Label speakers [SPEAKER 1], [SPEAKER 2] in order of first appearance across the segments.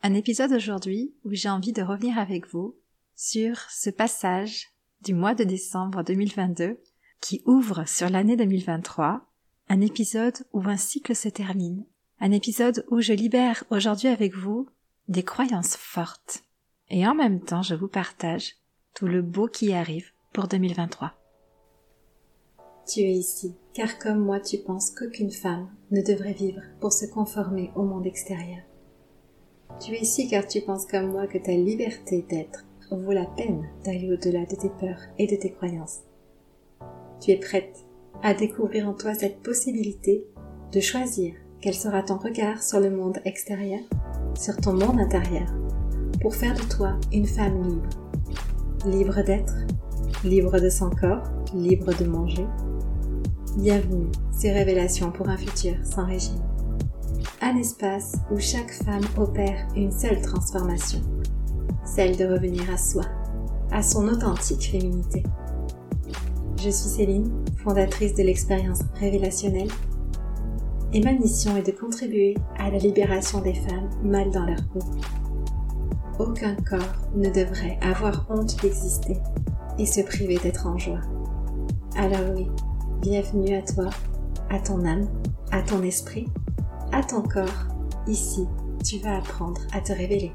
[SPEAKER 1] Un épisode aujourd'hui où j'ai envie de revenir avec vous sur ce passage du mois de décembre 2022 qui ouvre sur l'année 2023, un épisode où un cycle se termine, un épisode où je libère aujourd'hui avec vous des croyances fortes et en même temps je vous partage tout le beau qui arrive pour 2023.
[SPEAKER 2] Tu es ici, car comme moi tu penses qu'aucune femme ne devrait vivre pour se conformer au monde extérieur. Tu es ici car tu penses comme moi que ta liberté d'être vaut la peine d'aller au-delà de tes peurs et de tes croyances. Tu es prête à découvrir en toi cette possibilité de choisir quel sera ton regard sur le monde extérieur, sur ton monde intérieur, pour faire de toi une femme libre. Libre d'être, libre de son corps, libre de manger. Bienvenue sur Révélations pour un futur sans régime. Un espace où chaque femme opère une seule transformation, celle de revenir à soi, à son authentique féminité. Je suis Céline, fondatrice de l'expérience révélationnelle, et ma mission est de contribuer à la libération des femmes mal dans leur peau. Aucun corps ne devrait avoir honte d'exister et se priver d'être en joie. Alors oui, bienvenue à toi, à ton âme, à ton esprit, à ton corps. Ici, tu vas apprendre à te révéler.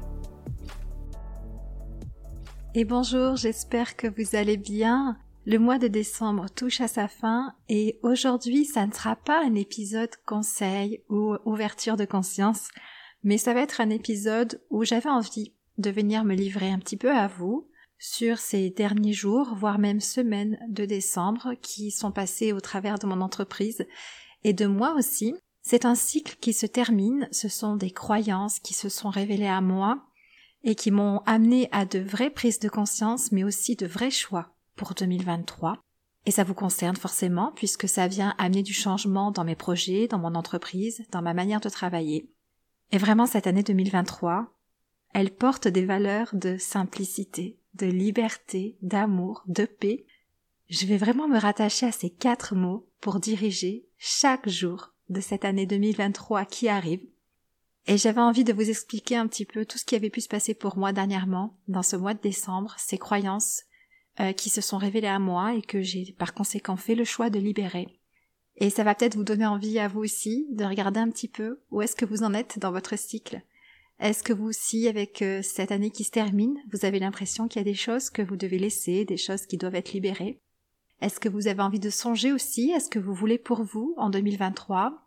[SPEAKER 1] Et bonjour, j'espère que vous allez bien. Le mois de décembre touche à sa fin et aujourd'hui, ça ne sera pas un épisode conseil ou ouverture de conscience, mais ça va être un épisode où j'avais envie de venir me livrer un petit peu à vous sur ces derniers jours, voire même semaines de décembre qui sont passés au travers de mon entreprise et de moi aussi. C'est un cycle qui se termine, ce sont des croyances qui se sont révélées à moi et qui m'ont amené à de vraies prises de conscience, mais aussi de vrais choix pour 2023. Et ça vous concerne forcément, puisque ça vient amener du changement dans mes projets, dans mon entreprise, dans ma manière de travailler. Et vraiment, cette année 2023, elle porte des valeurs de simplicité, de liberté, d'amour, de paix. Je vais vraiment me rattacher à ces 4 mots pour diriger chaque jour de cette année 2023 qui arrive. Et j'avais envie de vous expliquer un petit peu tout ce qui avait pu se passer pour moi dernièrement, dans ce mois de décembre, ces croyances qui se sont révélées à moi et que j'ai par conséquent fait le choix de libérer. Et ça va peut-être vous donner envie à vous aussi de regarder un petit peu où est-ce que vous en êtes dans votre cycle. Est-ce que vous aussi, avec cette année qui se termine, vous avez l'impression qu'il y a des choses que vous devez laisser, des choses qui doivent être libérées? Est-ce que vous avez envie de songer aussi à ce que vous voulez pour vous en 2023?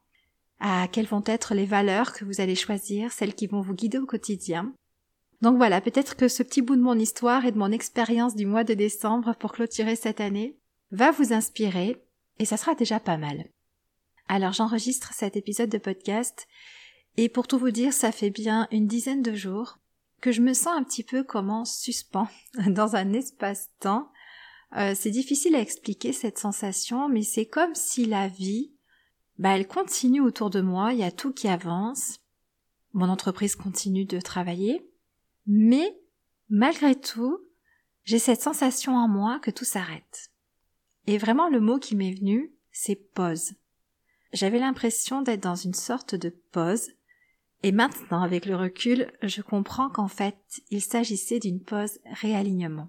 [SPEAKER 1] À quelles vont être les valeurs que vous allez choisir, celles qui vont vous guider au quotidien? Donc voilà, peut-être que ce petit bout de mon histoire et de mon expérience du mois de décembre pour clôturer cette année va vous inspirer et ça sera déjà pas mal. Alors j'enregistre cet épisode de podcast et pour tout vous dire, ça fait bien une dizaine de jours que je me sens un petit peu comme en suspens dans un espace-temps. C'est difficile à expliquer cette sensation, mais c'est comme si la vie, elle continue autour de moi, il y a tout qui avance, mon entreprise continue de travailler, mais malgré tout, j'ai cette sensation en moi que tout s'arrête. Et vraiment le mot qui m'est venu, c'est pause. J'avais l'impression d'être dans une sorte de pause, et maintenant, avec le recul, je comprends qu'en fait, il s'agissait d'une pause réalignement.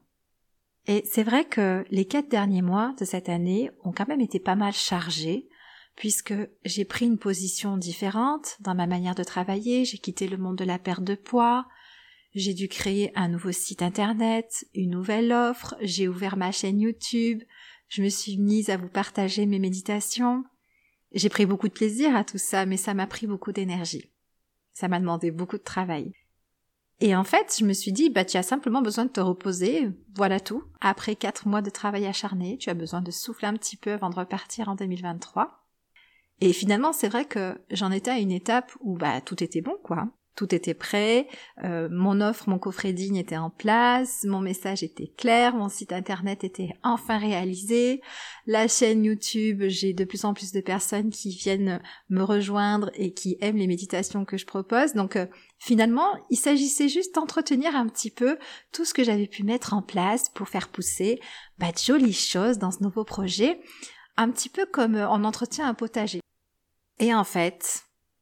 [SPEAKER 1] Et c'est vrai que les 4 derniers mois de cette année ont quand même été pas mal chargés, puisque j'ai pris une position différente dans ma manière de travailler, j'ai quitté le monde de la perte de poids, j'ai dû créer un nouveau site internet, une nouvelle offre, j'ai ouvert ma chaîne YouTube, je me suis mise à vous partager mes méditations. J'ai pris beaucoup de plaisir à tout ça, mais ça m'a pris beaucoup d'énergie. Ça m'a demandé beaucoup de travail. Et en fait, je me suis dit, tu as simplement besoin de te reposer, voilà tout. Après 4 mois de travail acharné, tu as besoin de souffler un petit peu avant de repartir en 2023. Et finalement, c'est vrai que j'en étais à une étape où tout était bon, quoi. Tout était prêt, mon offre, mon coffret digne était en place, mon message était clair, mon site internet était enfin réalisé, la chaîne YouTube, j'ai de plus en plus de personnes qui viennent me rejoindre et qui aiment les méditations que je propose. Donc finalement, il s'agissait juste d'entretenir un petit peu tout ce que j'avais pu mettre en place pour faire pousser de jolies choses dans ce nouveau projet, un petit peu comme on entretient un potager. Et en fait,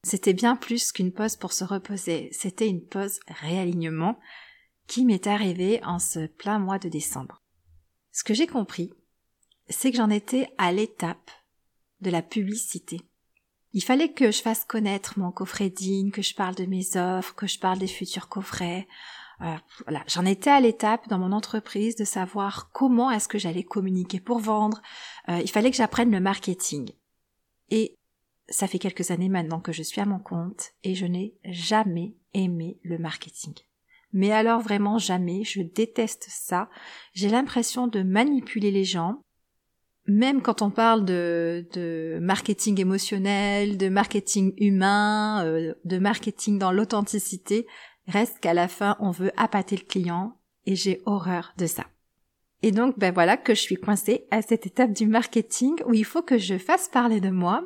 [SPEAKER 1] C'était bien plus qu'une pause pour se reposer, c'était une pause réalignement qui m'est arrivée en ce plein mois de décembre. Ce que j'ai compris, c'est que j'en étais à l'étape de la publicité. Il fallait que je fasse connaître mon coffret digne, que je parle de mes offres, que je parle des futurs coffrets. Voilà, j'en étais à l'étape dans mon entreprise de savoir comment est-ce que j'allais communiquer pour vendre. Il fallait que j'apprenne le marketing. Et ça fait quelques années maintenant que je suis à mon compte et je n'ai jamais aimé le marketing. Mais alors vraiment jamais, je déteste ça. J'ai l'impression de manipuler les gens. Même quand on parle de marketing émotionnel, de marketing humain, de marketing dans l'authenticité, reste qu'à la fin, on veut appâter le client et j'ai horreur de ça. Et donc, voilà que je suis coincée à cette étape du marketing où il faut que je fasse parler de moi.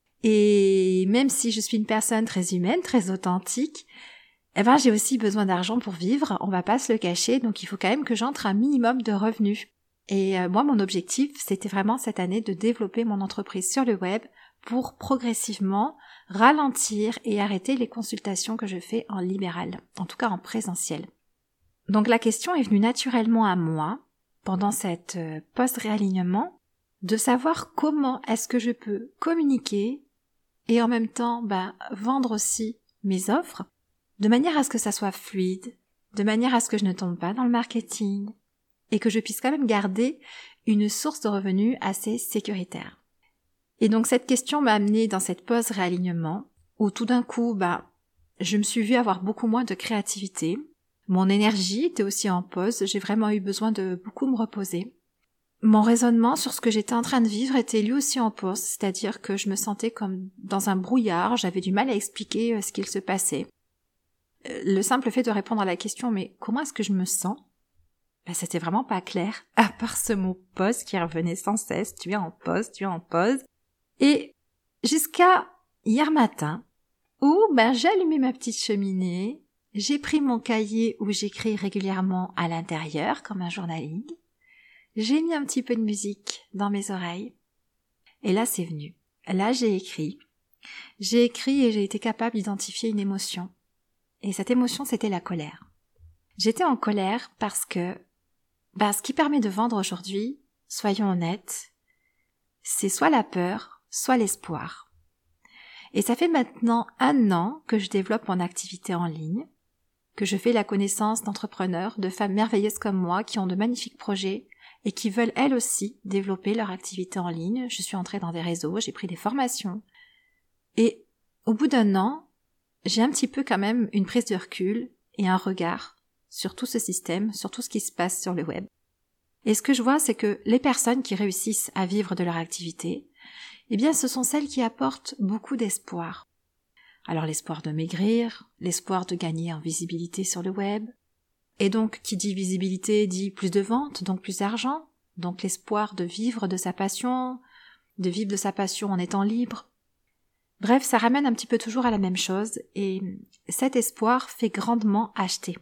[SPEAKER 1] Et même si je suis une personne très humaine, très authentique, j'ai aussi besoin d'argent pour vivre, on va pas se le cacher, donc il faut quand même que j'entre un minimum de revenus. Et moi, mon objectif, c'était vraiment cette année de développer mon entreprise sur le web pour progressivement ralentir et arrêter les consultations que je fais en libéral, en tout cas en présentiel. Donc la question est venue naturellement à moi, pendant cette post-réalignement, de savoir comment est-ce que je peux communiquer et en même temps vendre aussi mes offres, de manière à ce que ça soit fluide, de manière à ce que je ne tombe pas dans le marketing, et que je puisse quand même garder une source de revenus assez sécuritaire. Et donc cette question m'a amenée dans cette pause réalignement, où tout d'un coup, je me suis vue avoir beaucoup moins de créativité. Mon énergie était aussi en pause, j'ai vraiment eu besoin de beaucoup me reposer. Mon raisonnement sur ce que j'étais en train de vivre était lui aussi en pause, c'est-à-dire que je me sentais comme dans un brouillard, j'avais du mal à expliquer ce qu'il se passait. Le simple fait de répondre à la question « mais comment est-ce que je me sens ?» c'était vraiment pas clair, à part ce mot « pause » qui revenait sans cesse, tu es en pause, tu es en pause. Et jusqu'à hier matin, où j'ai allumé ma petite cheminée, j'ai pris mon cahier où j'écris régulièrement à l'intérieur, comme un journaling, j'ai mis un petit peu de musique dans mes oreilles, et là c'est venu. Là j'ai écrit et j'ai été capable d'identifier une émotion. Et cette émotion, c'était la colère. J'étais en colère parce que ce qui permet de vendre aujourd'hui, soyons honnêtes, c'est soit la peur, soit l'espoir. Et ça fait maintenant 1 an que je développe mon activité en ligne, que je fais la connaissance d'entrepreneurs, de femmes merveilleuses comme moi qui ont de magnifiques projets et qui veulent elles aussi développer leur activité en ligne. Je suis entrée dans des réseaux, j'ai pris des formations. Et au bout d'1 an, j'ai un petit peu quand même une prise de recul et un regard sur tout ce système, sur tout ce qui se passe sur le web. Et ce que je vois, c'est que les personnes qui réussissent à vivre de leur activité, ce sont celles qui apportent beaucoup d'espoir. Alors l'espoir de maigrir, l'espoir de gagner en visibilité sur le web, et donc qui dit visibilité dit plus de ventes, donc plus d'argent, donc l'espoir de vivre de sa passion, de vivre de sa passion en étant libre. Bref, ça ramène un petit peu toujours à la même chose, et cet espoir fait grandement acheter.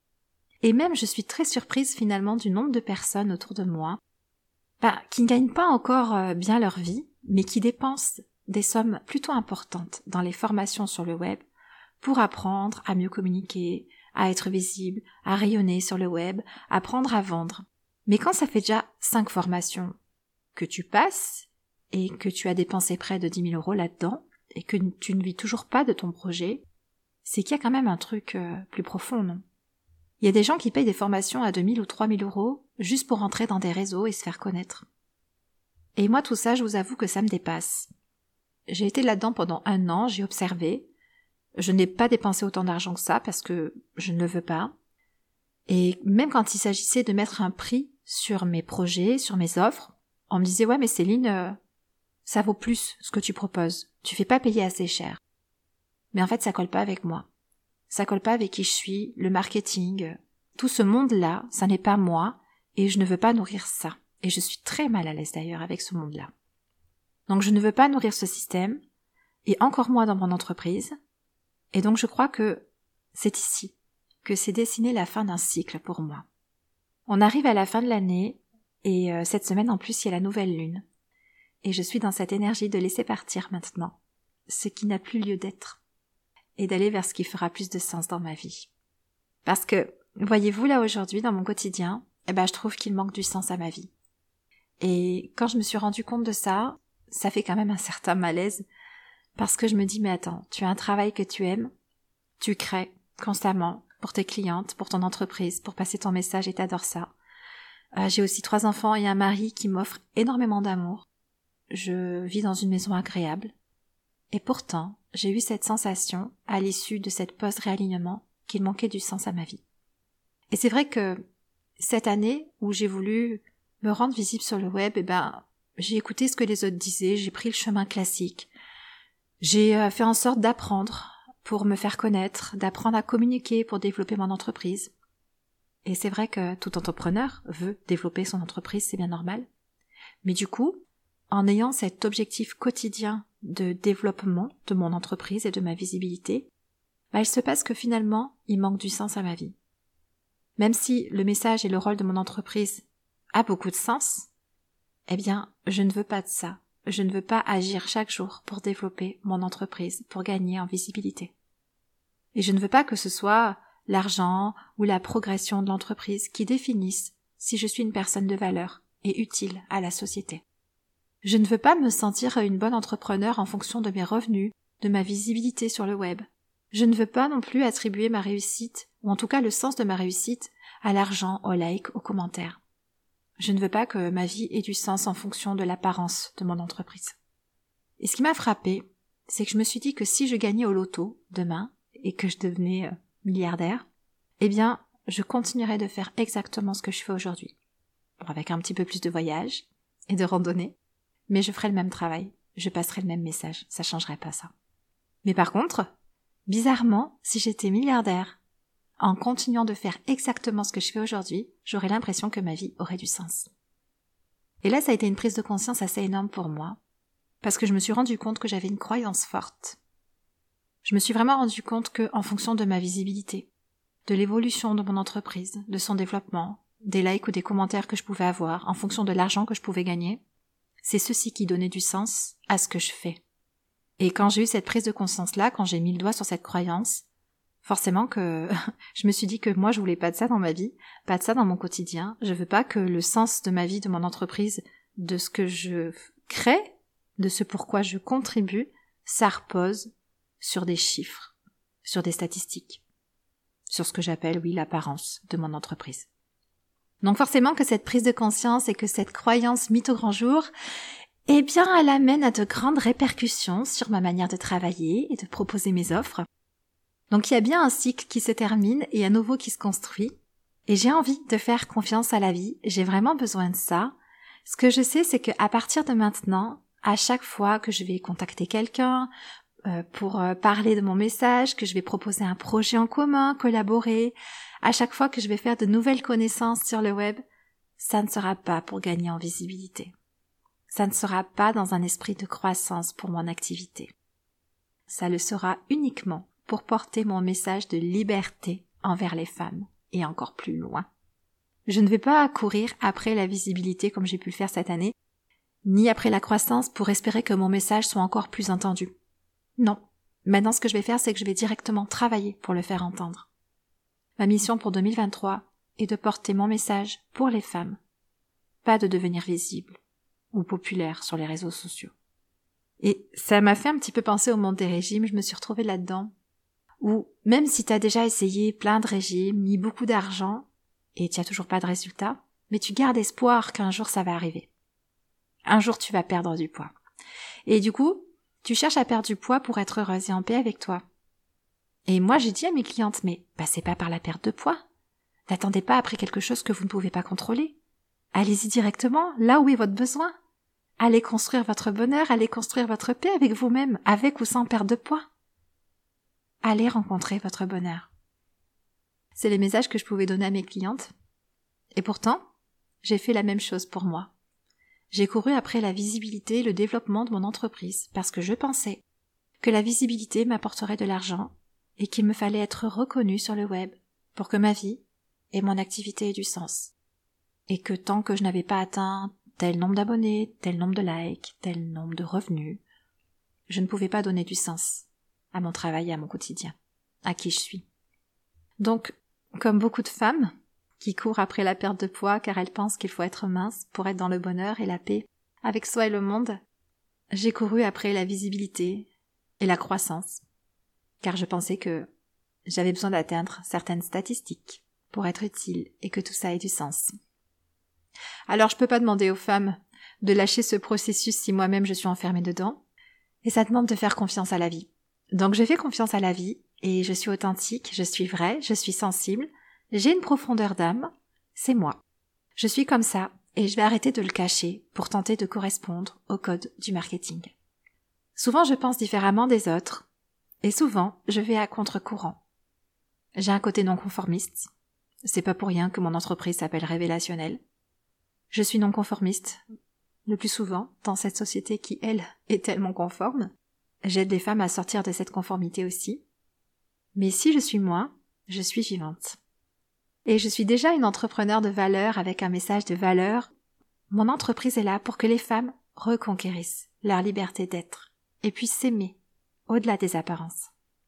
[SPEAKER 1] Et même je suis très surprise finalement du nombre de personnes autour de moi qui ne gagnent pas encore bien leur vie, mais qui dépensent des sommes plutôt importantes dans les formations sur le web pour apprendre à mieux communiquer, à être visible, à rayonner sur le web, apprendre à vendre. Mais quand ça fait déjà 5 formations que tu passes et que tu as dépensé près de 10 000 € là-dedans et que tu ne vis toujours pas de ton projet, c'est qu'il y a quand même un truc plus profond, non ? Il y a des gens qui payent des formations à 2 000 ou 3 000 € juste pour entrer dans des réseaux et se faire connaître. Et moi, tout ça, je vous avoue que ça me dépasse. J'ai été là-dedans pendant 1 an, j'ai observé. Je n'ai pas dépensé autant d'argent que ça parce que je ne le veux pas. Et même quand il s'agissait de mettre un prix sur mes projets, sur mes offres, on me disait « Ouais, mais Céline, ça vaut plus ce que tu proposes. Tu fais pas payer assez cher. » Mais en fait, ça colle pas avec moi. Ça colle pas avec qui je suis, le marketing. Tout ce monde-là, ça n'est pas moi et je ne veux pas nourrir ça. Et je suis très mal à l'aise d'ailleurs avec ce monde-là. Donc je ne veux pas nourrir ce système et encore moins dans mon entreprise. Et donc je crois que c'est ici que s'est dessinée la fin d'un cycle pour moi. On arrive à la fin de l'année et cette semaine en plus il y a la nouvelle lune. Et je suis dans cette énergie de laisser partir maintenant ce qui n'a plus lieu d'être. et d'aller vers ce qui fera plus de sens dans ma vie. Parce que, voyez-vous, là aujourd'hui, dans mon quotidien, je trouve qu'il manque du sens à ma vie. Et quand je me suis rendu compte de ça, ça fait quand même un certain malaise, parce que je me dis, mais attends, tu as un travail que tu aimes, tu crées constamment pour tes clientes, pour ton entreprise, pour passer ton message et t'adores ça. J'ai aussi 3 enfants et un mari qui m'offre énormément d'amour. Je vis dans une maison agréable. Et pourtant, j'ai eu cette sensation, à l'issue de cette post-réalignement, qu'il manquait du sens à ma vie. Et c'est vrai que cette année où j'ai voulu me rendre visible sur le web, j'ai écouté ce que les autres disaient, j'ai pris le chemin classique. J'ai fait en sorte d'apprendre pour me faire connaître, d'apprendre à communiquer pour développer mon entreprise. Et c'est vrai que tout entrepreneur veut développer son entreprise, c'est bien normal. Mais du coup, en ayant cet objectif quotidien de développement de mon entreprise et de ma visibilité, il se passe que finalement, il manque du sens à ma vie. Même si le message et le rôle de mon entreprise a beaucoup de sens, je ne veux pas de ça. Je ne veux pas agir chaque jour pour développer mon entreprise, pour gagner en visibilité. Et je ne veux pas que ce soit l'argent ou la progression de l'entreprise qui définissent si je suis une personne de valeur et utile à la société. Je ne veux pas me sentir une bonne entrepreneur en fonction de mes revenus, de ma visibilité sur le web. Je ne veux pas non plus attribuer ma réussite, ou en tout cas le sens de ma réussite, à l'argent, aux likes, aux commentaires. Je ne veux pas que ma vie ait du sens en fonction de l'apparence de mon entreprise. Et ce qui m'a frappée, c'est que je me suis dit que si je gagnais au loto demain et que je devenais milliardaire, je continuerais de faire exactement ce que je fais aujourd'hui. Bon, avec un petit peu plus de voyages et de randonnées, mais je ferais le même travail, je passerais le même message, ça changerait pas ça. Mais par contre, bizarrement, si j'étais milliardaire, en continuant de faire exactement ce que je fais aujourd'hui, j'aurais l'impression que ma vie aurait du sens. Et là, ça a été une prise de conscience assez énorme pour moi, parce que je me suis rendu compte que j'avais une croyance forte. Je me suis vraiment rendu compte que, en fonction de ma visibilité, de l'évolution de mon entreprise, de son développement, des likes ou des commentaires que je pouvais avoir, en fonction de l'argent que je pouvais gagner, c'est ceci qui donnait du sens à ce que je fais. Et quand j'ai eu cette prise de conscience-là, quand j'ai mis le doigt sur cette croyance, forcément que je me suis dit que moi je voulais pas de ça dans ma vie, pas de ça dans mon quotidien. Je veux pas que le sens de ma vie, de mon entreprise, de ce que je crée, de ce pourquoi je contribue, ça repose sur des chiffres, sur des statistiques, sur ce que j'appelle, l'apparence de mon entreprise. Donc forcément que cette prise de conscience et que cette croyance mise au grand jour, elle amène à de grandes répercussions sur ma manière de travailler et de proposer mes offres. Donc il y a bien un cycle qui se termine et un nouveau qui se construit. Et j'ai envie de faire confiance à la vie, j'ai vraiment besoin de ça. Ce que je sais, c'est qu'à partir de maintenant, à chaque fois que je vais contacter quelqu'un pour parler de mon message, que je vais proposer un projet en commun, collaborer, à chaque fois que je vais faire de nouvelles connaissances sur le web, ça ne sera pas pour gagner en visibilité. Ça ne sera pas dans un esprit de croissance pour mon activité. Ça le sera uniquement pour porter mon message de liberté envers les femmes, et encore plus loin. Je ne vais pas courir après la visibilité comme j'ai pu le faire cette année, ni après la croissance pour espérer que mon message soit encore plus entendu. Non. Maintenant, ce que je vais faire, c'est que je vais directement travailler pour le faire entendre. Ma mission pour 2023 est de porter mon message pour les femmes, pas de devenir visible ou populaire sur les réseaux sociaux. Et ça m'a fait un petit peu penser au monde des régimes, je me suis retrouvée là-dedans, où même si tu as déjà essayé plein de régimes, mis beaucoup d'argent, et tu n'as toujours pas de résultat, mais tu gardes espoir qu'un jour ça va arriver. Un jour tu vas perdre du poids. Et du coup, tu cherches à perdre du poids pour être heureuse et en paix avec toi. Et moi j'ai dit à mes clientes, mais passez pas par la perte de poids. N'attendez pas après quelque chose que vous ne pouvez pas contrôler. Allez-y directement, là où est votre besoin. Allez construire votre bonheur, allez construire votre paix avec vous-même, avec ou sans perte de poids. Allez rencontrer votre bonheur. C'est les messages que je pouvais donner à mes clientes. Et pourtant, j'ai fait la même chose pour moi. J'ai couru après la visibilité et le développement de mon entreprise parce que je pensais que la visibilité m'apporterait de l'argent et qu'il me fallait être reconnue sur le web pour que ma vie et mon activité aient du sens. Et que tant que je n'avais pas atteint tel nombre d'abonnés, tel nombre de likes, tel nombre de revenus, je ne pouvais pas donner du sens à mon travail et à mon quotidien, à qui je suis. Donc, comme beaucoup de femmes qui courent après la perte de poids car elles pensent qu'il faut être mince pour être dans le bonheur et la paix avec soi et le monde, j'ai couru après la visibilité et la croissance, car je pensais que j'avais besoin d'atteindre certaines statistiques pour être utile et que tout ça ait du sens. Alors je peux pas demander aux femmes de lâcher ce processus si moi-même je suis enfermée dedans, et ça demande de faire confiance à la vie. Donc je fais confiance à la vie, et je suis authentique, je suis vraie, je suis sensible, j'ai une profondeur d'âme, c'est moi. Je suis comme ça, et je vais arrêter de le cacher pour tenter de correspondre au code du marketing. Souvent je pense différemment des autres, et souvent je vais à contre-courant. J'ai un côté non conformiste, c'est pas pour rien que mon entreprise s'appelle Révélationnel. Je suis non conformiste, le plus souvent, dans cette société qui, elle, est tellement conforme. J'aide les femmes à sortir de cette conformité aussi. Mais si je suis moi, je suis vivante. Et je suis déjà une entrepreneure de valeur avec un message de valeur. Mon entreprise est là pour que les femmes reconquérissent leur liberté d'être et puissent s'aimer au-delà des apparences.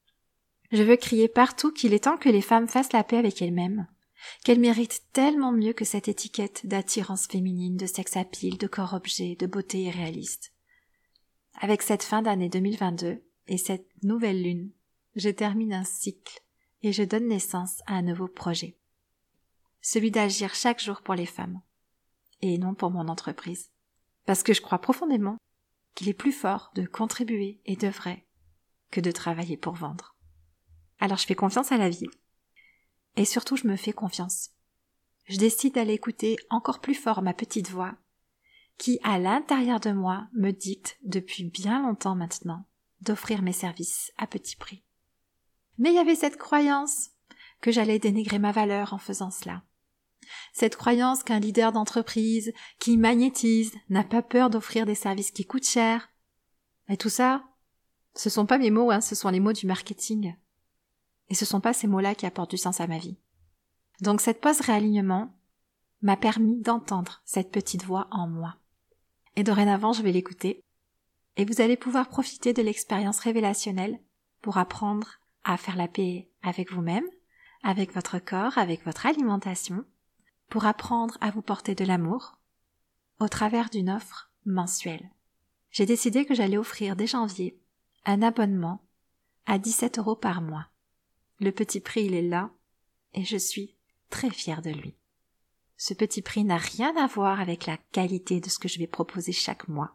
[SPEAKER 1] Je veux crier partout qu'il est temps que les femmes fassent la paix avec elles-mêmes, qu'elles méritent tellement mieux que cette étiquette d'attirance féminine, de sex appeal, de corps-objet, de beauté irréaliste. Avec cette fin d'année 2022 et cette nouvelle lune, je termine un cycle et je donne naissance à un nouveau projet. Celui d'agir chaque jour pour les femmes, et non pour mon entreprise. Parce que je crois profondément qu'il est plus fort de contribuer et d'œuvrer que de travailler pour vendre. Alors je fais confiance à la vie. Et surtout, je me fais confiance. Je décide d'aller écouter encore plus fort ma petite voix, qui, à l'intérieur de moi, me dicte depuis bien longtemps maintenant d'offrir mes services à petit prix. Mais il y avait cette croyance que j'allais dénigrer ma valeur en faisant cela. Cette croyance qu'un leader d'entreprise qui magnétise n'a pas peur d'offrir des services qui coûtent cher. Et tout ça, ce sont pas mes mots, ce sont les mots du marketing. Et ce sont pas ces mots-là qui apportent du sens à ma vie. Donc cette pause réalignement m'a permis d'entendre cette petite voix en moi. Et dorénavant, je vais l'écouter. Et vous allez pouvoir profiter de l'expérience révélationnelle pour apprendre à faire la paix avec vous-même, avec votre corps, avec votre alimentation, pour apprendre à vous porter de l'amour au travers d'une offre mensuelle. J'ai décidé que j'allais offrir dès janvier un abonnement à 17 € par mois. Le petit prix, il est là, et je suis très fière de lui. Ce petit prix n'a rien à voir avec la qualité de ce que je vais proposer chaque mois,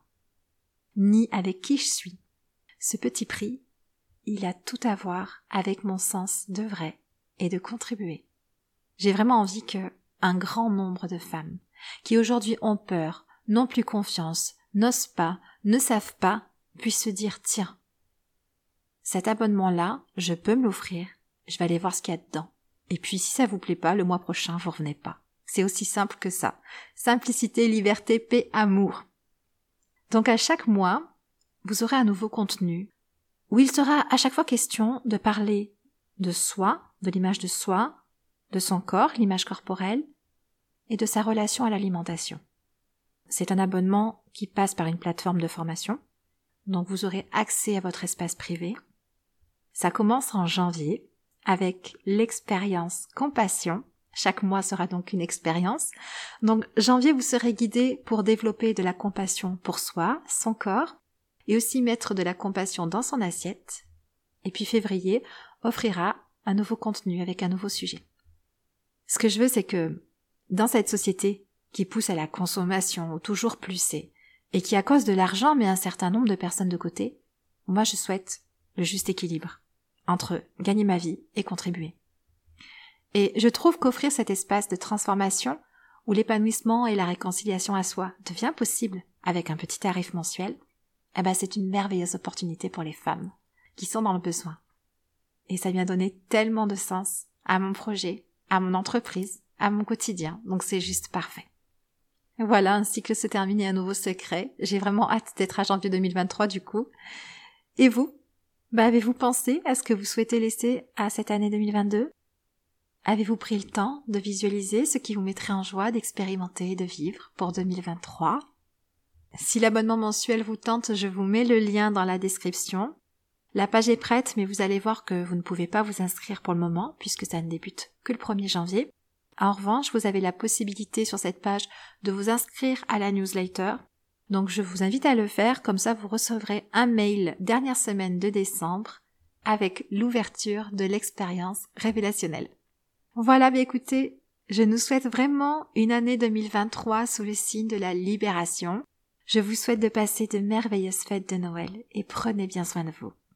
[SPEAKER 1] ni avec qui je suis. Ce petit prix, il a tout à voir avec mon sens d'œuvrer et de contribuer. J'ai vraiment envie que un grand nombre de femmes, qui aujourd'hui ont peur, n'ont plus confiance, n'osent pas, ne savent pas, puissent se dire « Tiens, cet abonnement-là, je peux me l'offrir. Je vais aller voir ce qu'il y a dedans. Et puis si ça vous plaît pas, le mois prochain, vous revenez pas. » C'est aussi simple que ça. Simplicité, liberté, paix, amour. Donc à chaque mois, vous aurez un nouveau contenu où il sera à chaque fois question de parler de soi, de l'image de soi, de son corps, l'image corporelle, et de sa relation à l'alimentation. C'est un abonnement qui passe par une plateforme de formation, donc vous aurez accès à votre espace privé. Ça commence en janvier, avec l'expérience compassion. Chaque mois sera donc une expérience. Donc, janvier, vous serez guidé pour développer de la compassion pour soi, son corps, et aussi mettre de la compassion dans son assiette. Et puis, février offrira un nouveau contenu avec un nouveau sujet. Ce que je veux, c'est que, dans cette société qui pousse à la consommation au toujours plus et qui, à cause de l'argent, met un certain nombre de personnes de côté, moi, je souhaite le juste équilibre entre gagner ma vie et contribuer. Et je trouve qu'offrir cet espace de transformation où l'épanouissement et la réconciliation à soi devient possible avec un petit tarif mensuel, c'est une merveilleuse opportunité pour les femmes qui sont dans le besoin. Et ça vient donner tellement de sens à mon projet, à mon entreprise, à mon quotidien. Donc c'est juste parfait. Voilà, un cycle se termine et un nouveau secret. J'ai vraiment hâte d'être à janvier 2023 du coup. Et vous? Avez-vous pensé à ce que vous souhaitez laisser à cette année 2022? Avez-vous pris le temps de visualiser ce qui vous mettrait en joie d'expérimenter et de vivre pour 2023? Si l'abonnement mensuel vous tente, je vous mets le lien dans la description. La page est prête, mais vous allez voir que vous ne pouvez pas vous inscrire pour le moment, puisque ça ne débute que le 1er janvier. En revanche, vous avez la possibilité sur cette page de vous inscrire à la newsletter. Donc je vous invite à le faire, comme ça vous recevrez un mail dernière semaine de décembre avec l'ouverture de l'expérience révélationnelle. Voilà, écoutez, je nous souhaite vraiment une année 2023 sous le signe de la libération. Je vous souhaite de passer de merveilleuses fêtes de Noël et prenez bien soin de vous.